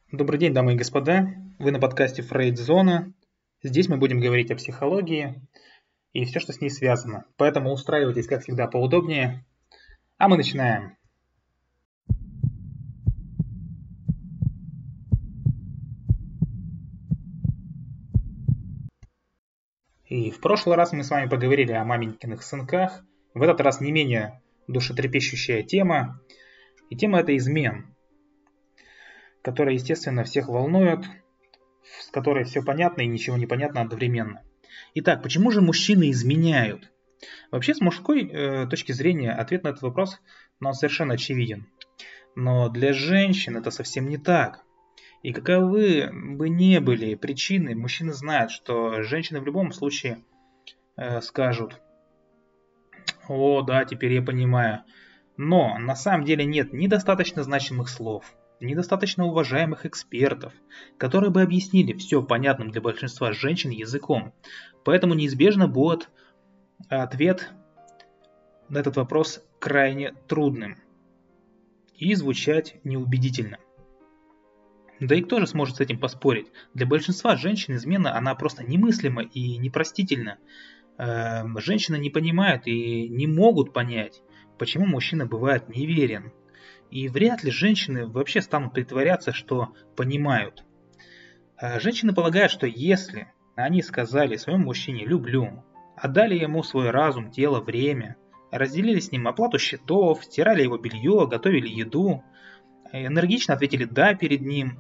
Добрый день, дамы и господа. Вы на подкасте Фрейд-зона. Здесь мы будем говорить о психологии и все, что с ней связано. Поэтому устраивайтесь, как всегда, поудобнее. А мы начинаем. И в прошлый раз мы с вами поговорили о маменькиных сынках. В этот раз не менее душетрепещущая тема. И тема эта измен, которая, естественно, всех волнует, с которой все понятно и ничего не понятно одновременно. Итак, почему же мужчины изменяют? Вообще, с мужской точки зрения, ответ на этот вопрос, он совершенно очевиден. Но для женщин это совсем не так. И каковы бы ни были причины, мужчины знают, что женщины в любом случае скажут: «О, да, теперь я понимаю». Но на самом деле нет недостаточно значимых слов, недостаточно уважаемых экспертов, которые бы объяснили все понятным для большинства женщин языком. Поэтому неизбежно будет ответ на этот вопрос крайне трудным и звучать неубедительно. Да и кто же сможет с этим поспорить? Для большинства женщин измена, она просто немыслима и непростительна. Женщины не понимают и не могут понять, почему мужчина бывает неверен. И вряд ли женщины вообще станут притворяться, что понимают. Женщины полагают, что если они сказали своему мужчине «люблю», отдали ему свой разум, тело, время, разделили с ним оплату счетов, стирали его белье, готовили еду, энергично ответили «да» перед ним,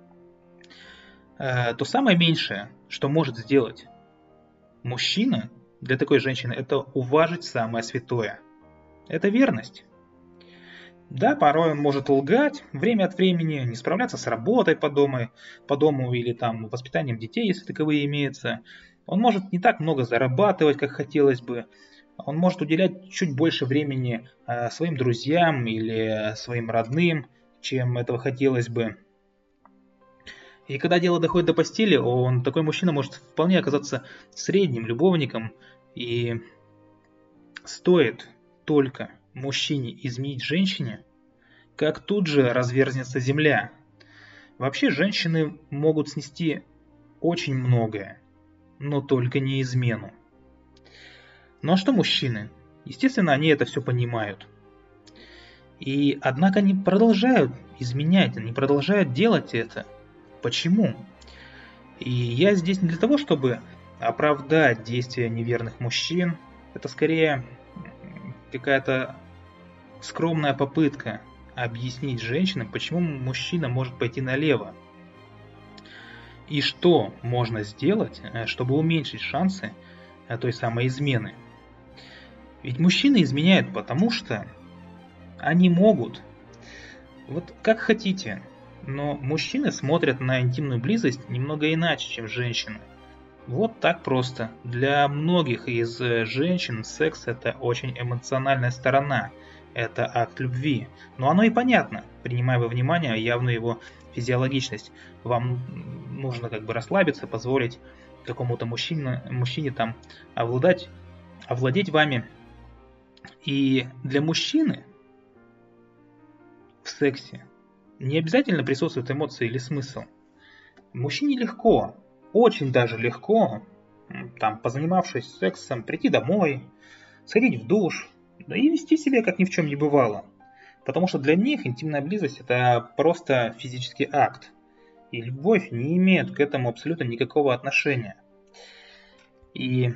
то самое меньшее, что может сделать мужчина для такой женщины, это уважить самое святое. Это верность. Да, порой он может лгать время от времени, не справляться с работой по дому или там воспитанием детей, если таковые имеются. Он может не так много зарабатывать, как хотелось бы. Он может уделять чуть больше времени своим друзьям или своим родным, чем этого хотелось бы. И когда дело доходит до постели, такой мужчина может вполне оказаться средним любовником. И стоит только мужчине изменить женщине, как тут же разверзнется земля. Вообще женщины могут снести очень многое, но только не измену. Ну а что мужчины? Естественно, они это все понимают. И однако они продолжают изменять, они продолжают делать это. Почему? И я здесь не для того, чтобы оправдать действия неверных мужчин. Это скорее какая-то скромная попытка объяснить женщинам, почему мужчина может пойти налево. И что можно сделать, чтобы уменьшить шансы той самой измены. Ведь мужчины изменяют потому, что они могут. Вот как хотите. Но мужчины смотрят на интимную близость немного иначе, чем женщины. Вот так просто. Для многих из женщин секс это очень эмоциональная сторона. Это акт любви. Но оно и понятно, принимая во внимание явную его физиологичность. Вам нужно как бы расслабиться, позволить какому-то мужчине там овладеть вами. И для мужчины в сексе не обязательно присутствуют эмоции или смысл. Мужчине легко, очень даже легко, там, позанимавшись сексом, прийти домой, сходить в душ, да и вести себя, как ни в чем не бывало. Потому что для них интимная близость это просто физический акт. И любовь не имеет к этому абсолютно никакого отношения. И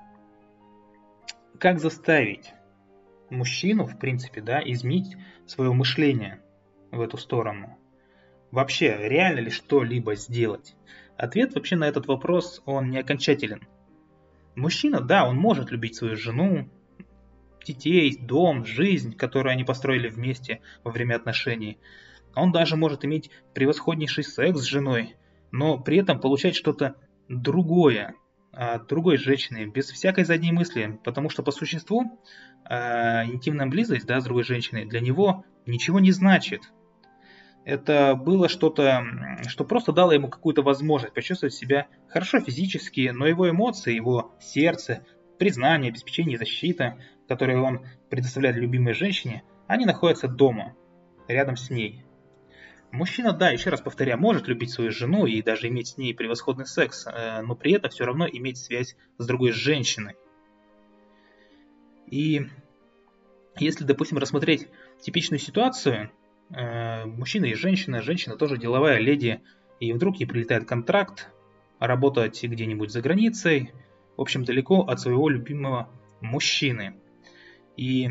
как заставить мужчину, в принципе, да, изменить свое мышление в эту сторону? Вообще, реально ли что-либо сделать? Ответ вообще на этот вопрос, он не окончателен. Мужчина, да, он может любить свою жену, детей, дом, жизнь, которую они построили вместе во время отношений. Он даже может иметь превосходнейший секс с женой, но при этом получать что-то другое от другой женщины, без всякой задней мысли, потому что по существу интимная близость, да, с другой женщиной для него ничего не значит. Это было что-то, что просто дало ему какую-то возможность почувствовать себя хорошо физически, но его эмоции, его сердце, признание, обеспечение и защита, которые он предоставляет любимой женщине, они находятся дома, рядом с ней. Мужчина, да, еще раз повторяю, может любить свою жену и даже иметь с ней превосходный секс, но при этом все равно иметь связь с другой женщиной. И если, допустим, рассмотреть типичную ситуацию, мужчина и женщина тоже деловая леди, и вдруг ей прилетает контракт работать где-нибудь за границей, в общем, далеко от своего любимого мужчины. И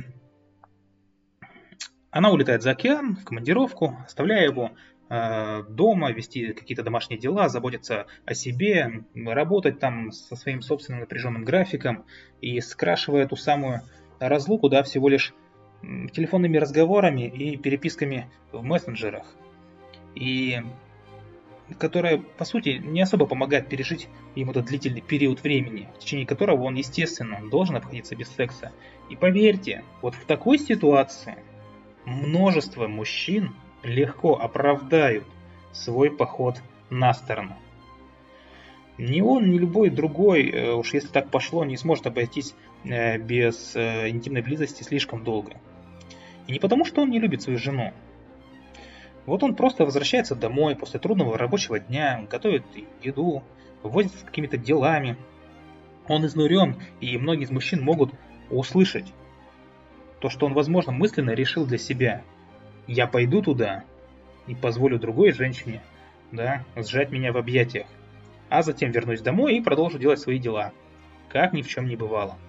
она улетает за океан в командировку, оставляя его дома, вести какие-то домашние дела, заботиться о себе, работать там со своим собственным напряженным графиком и скрашивая эту самую разлуку, да, всего лишь телефонными разговорами и переписками в мессенджерах. И которая, по сути, не особо помогает пережить ему этот длительный период времени, в течение которого он, естественно, должен обходиться без секса. И поверьте, вот в такой ситуации множество мужчин легко оправдают свой поход на сторону. Ни он, ни любой другой, уж если так пошло, не сможет обойтись без интимной близости слишком долго. И не потому, что он не любит свою жену. Вот он просто возвращается домой после трудного рабочего дня, готовит еду, возится с какими-то делами. Он изнурен, и многие из мужчин могут услышать то, что он, возможно, мысленно решил для себя. Я пойду туда и позволю другой женщине, да, сжать меня в объятиях, а затем вернусь домой и продолжу делать свои дела, как ни в чем не бывало.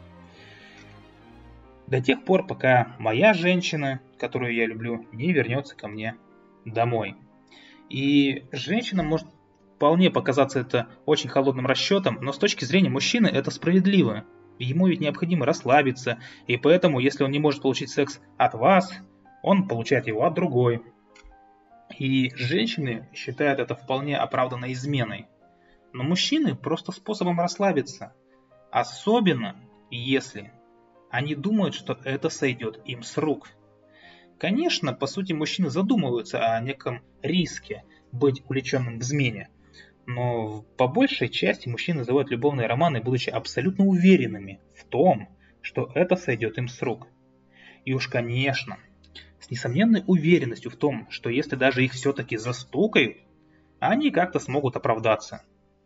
До тех пор, пока моя женщина, которую я люблю, не вернется ко мне домой. И женщинам может вполне показаться это очень холодным расчетом, но с точки зрения мужчины это справедливо. Ему ведь необходимо расслабиться, и поэтому, если он не может получить секс от вас, он получает его от другой. И женщины считают это вполне оправданной изменой. Но мужчины просто способом расслабиться. Особенно, если они думают, что это сойдет им с рук. Конечно, по сути, мужчины задумываются о неком риске быть увлеченным в измене. Но по большей части мужчины называют любовные романы, будучи абсолютно уверенными в том, что это сойдет им с рук. И уж, конечно, с несомненной уверенностью в том, что если даже их все-таки застукают, они как-то смогут оправдаться.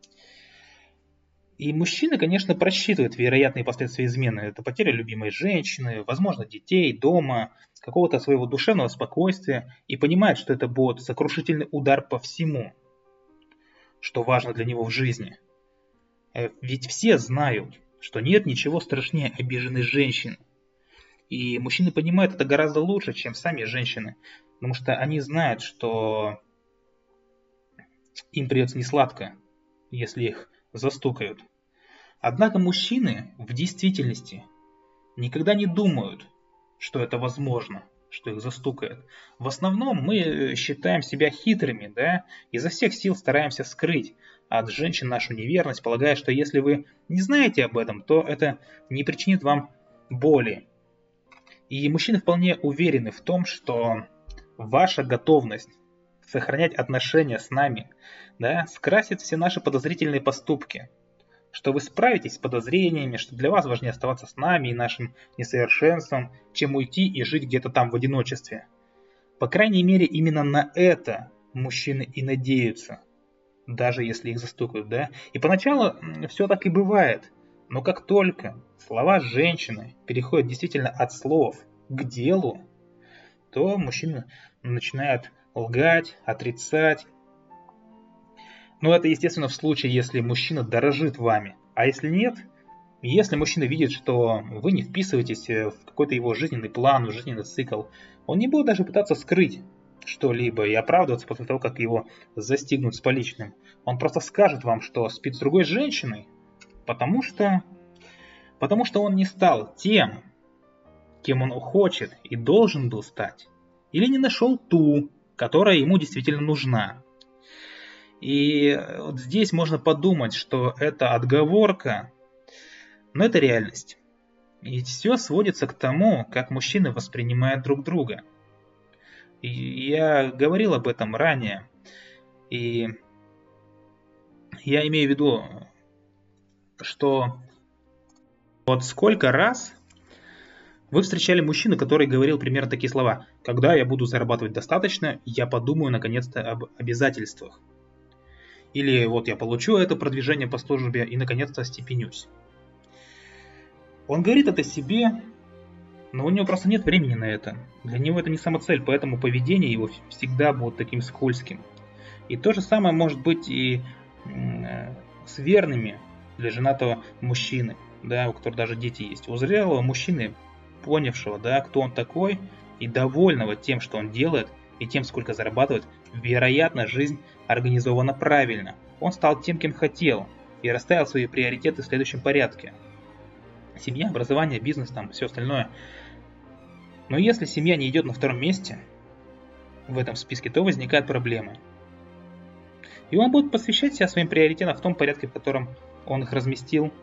И мужчины, конечно, просчитывают вероятные последствия измены. Это потеря любимой женщины, возможно, детей, дома, какого-то своего душевного спокойствия. И понимают, что это будет сокрушительный удар по всему, что важно для него в жизни. Ведь все знают, что нет ничего страшнее обиженной женщины. И мужчины понимают это гораздо лучше, чем сами женщины. Потому что они знают, что им придется несладко, если их застукают. Однако мужчины в действительности никогда не думают, что это возможно, что их застукают. В основном мы считаем себя хитрыми, да, изо всех сил стараемся скрыть от женщин нашу неверность, полагая, что если вы не знаете об этом, то это не причинит вам боли. И мужчины вполне уверены в том, что ваша готовность сохранять отношения с нами, да, скрасит все наши подозрительные поступки, что вы справитесь с подозрениями, что для вас важнее оставаться с нами и нашим несовершенством, чем уйти и жить где-то там в одиночестве. По крайней мере, именно на это мужчины и надеются, даже если их застукают, да. И поначалу все так и бывает, но как только слова женщины переходят действительно от слов к делу, то мужчины начинают лгать, отрицать. Но это, естественно, в случае, если мужчина дорожит вами. А если нет, если мужчина видит, что вы не вписываетесь в какой-то его жизненный план, в жизненный цикл, он не будет даже пытаться скрыть что-либо и оправдываться после того, как его застигнут с поличным. Он просто скажет вам, что спит с другой женщиной, потому что он не стал тем, кем он хочет и должен был стать. Или не нашел ту, которая ему действительно нужна. И вот здесь можно подумать, что это отговорка, но это реальность. И все сводится к тому, как мужчины воспринимают друг друга. И я говорил об этом ранее. И я имею в виду, что вот сколько раз Вы встречали мужчину, который говорил примерно такие слова: «Когда я буду зарабатывать достаточно, я подумаю наконец-то об обязательствах». Или вот я получу это продвижение по службе и наконец-то остепенюсь. Он говорит это себе, но у него просто нет времени на это. Для него это не самоцель, поэтому поведение его всегда будет таким скользким. И то же самое может быть и с верными для женатого мужчины, да, у которого даже дети есть. У зрелого мужчины, понявшего, да, кто он такой, и довольного тем, что он делает, и тем, сколько зарабатывает, вероятно, жизнь организована правильно. Он стал тем, кем хотел, и расставил свои приоритеты в следующем порядке. Семья, образование, бизнес, там, все остальное. Но если семья не идет на втором месте в этом списке, то возникают проблемы. И он будет посвящать себя своим приоритетам в том порядке, в котором он их разместил.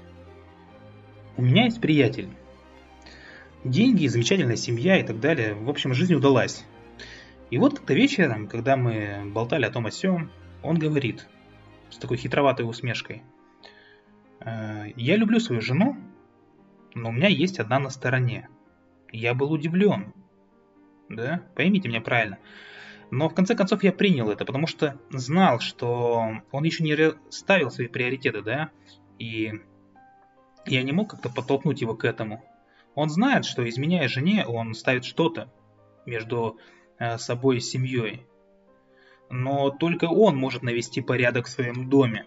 У меня есть приятель. Деньги, замечательная семья и так далее. В общем, жизнь удалась. И вот как-то вечером, когда мы болтали о том о сём, он говорит с такой хитроватой усмешкой: «Я люблю свою жену, но у меня есть одна на стороне». Я был удивлен. Да? Поймите меня правильно. Но в конце концов я принял это, потому что знал, что он еще не ставил свои приоритеты, да, и я не мог как-то подтолкнуть его к этому. Он знает, что, изменяя жене, он ставит что-то между собой и семьей. Но только он может навести порядок в своем доме.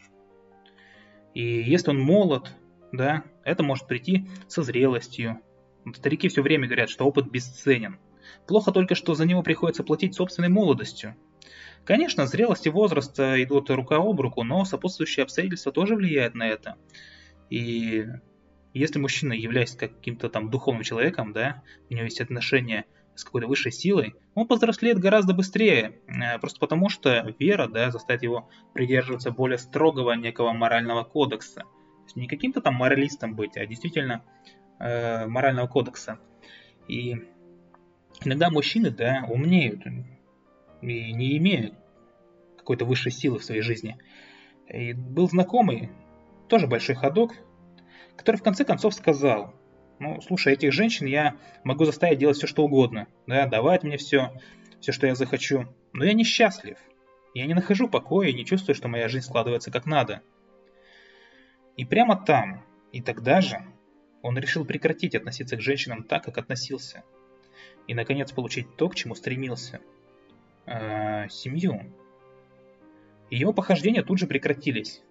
И если он молод, да, это может прийти со зрелостью. Старики все время говорят, что опыт бесценен. Плохо только, что за него приходится платить собственной молодостью. Конечно, зрелость и возраст идут рука об руку, но сопутствующие обстоятельства тоже влияют на это. И если мужчина, являясь каким-то там духовным человеком, да, у него есть отношения с какой-то высшей силой, он повзрослеет гораздо быстрее, просто потому что вера, да, заставит его придерживаться более строгого некого морального кодекса. То есть не каким-то там моралистом быть, а действительно морального кодекса. И иногда мужчины, да, умнеют и не имеют какой-то высшей силы в своей жизни. И был знакомый, тоже большой ходок, который в конце концов сказал: ну, слушай, этих женщин я могу заставить делать все, что угодно, да, давать мне все, что я захочу, но я несчастлив. Я не нахожу покоя и не чувствую, что моя жизнь складывается как надо. И прямо там, и тогда же, он решил прекратить относиться к женщинам так, как относился. И, наконец, получить то, к чему стремился. Семью. И его похождения тут же прекратились.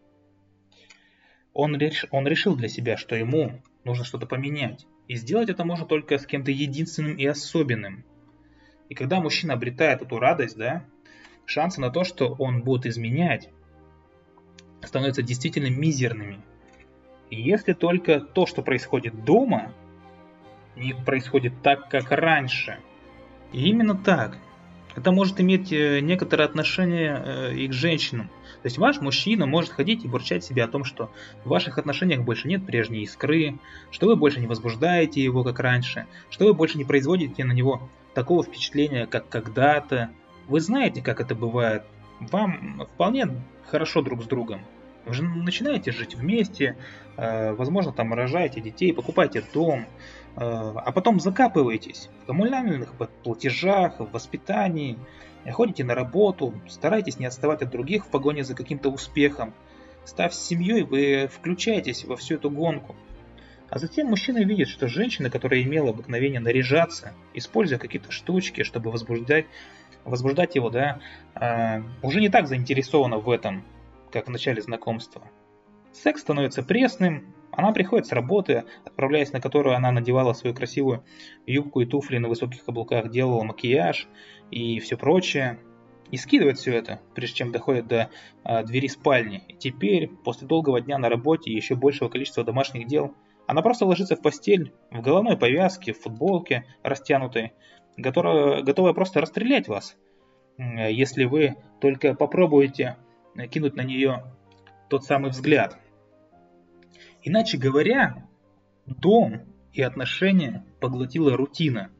Он решил для себя, что ему нужно что-то поменять. И сделать это можно только с кем-то единственным и особенным. И когда мужчина обретает эту радость, да, шансы на то, что он будет изменять, становятся действительно мизерными. И если только то, что происходит дома, не происходит так, как раньше. И именно так. Это может иметь некоторое отношение и к женщинам. То есть ваш мужчина может ходить и бурчать себе о том, что в ваших отношениях больше нет прежней искры, что вы больше не возбуждаете его, как раньше, что вы больше не производите на него такого впечатления, как когда-то. Вы знаете, как это бывает. Вам вполне хорошо друг с другом. Вы же начинаете жить вместе, возможно, там рожаете детей, покупаете дом, а потом закапываетесь в коммунальных платежах, в воспитании, ходите на работу, старайтесь не отставать от других в погоне за каким-то успехом. Став семьей, вы включаетесь во всю эту гонку. А затем мужчина видит, что женщина, которая имела обыкновение наряжаться, используя какие-то штучки, чтобы возбуждать его, да, уже не так заинтересована в этом, как в начале знакомства. Секс становится пресным, она приходит с работы, отправляясь на которую она надевала свою красивую юбку и туфли на высоких каблуках, делала макияж и все прочее, и скидывает все это, прежде чем доходит до двери спальни. И теперь, после долгого дня на работе и еще большего количества домашних дел, она просто ложится в постель, в головной повязке, в футболке растянутой, готовая просто расстрелять вас, если вы только попробуете кинуть на нее тот самый взгляд. Иначе говоря, дом и отношения поглотила рутина.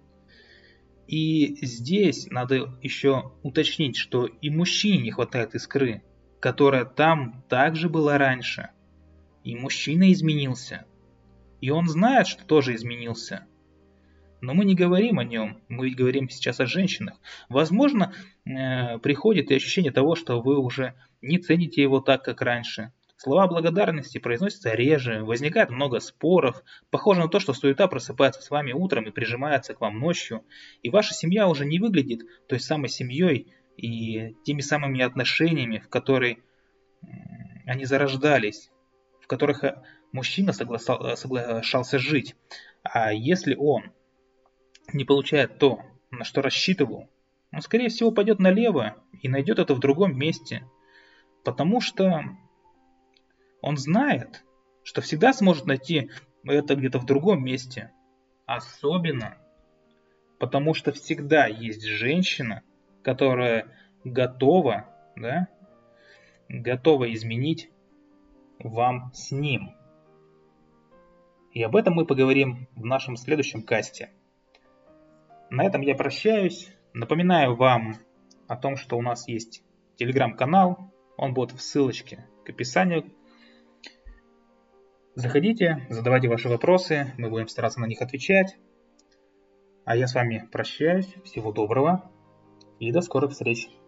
И здесь надо еще уточнить, что и мужчине не хватает искры, которая там также была раньше. И мужчина изменился. И он знает, что тоже изменился. Но мы не говорим о нем, мы ведь говорим сейчас о женщинах. Возможно, приходит и ощущение того, что вы уже не цените его так, как раньше. Слова благодарности произносятся реже, возникает много споров. Похоже на то, что суета просыпается с вами утром и прижимается к вам ночью. И ваша семья уже не выглядит той самой семьей и теми самыми отношениями, в которые они зарождались, в которых мужчина соглашался жить. А если он не получает то, на что рассчитывал, он, скорее всего, пойдет налево и найдет это в другом месте. Потому что он знает, что всегда сможет найти это где-то в другом месте. Особенно потому что всегда есть женщина, которая готова, да, готова изменить вам с ним. И об этом мы поговорим в нашем следующем касте. На этом я прощаюсь. Напоминаю вам о том, что у нас есть телеграм-канал. Он будет в ссылочке к описанию. Заходите, задавайте ваши вопросы. Мы будем стараться на них отвечать. А я с вами прощаюсь. Всего доброго и до скорых встреч.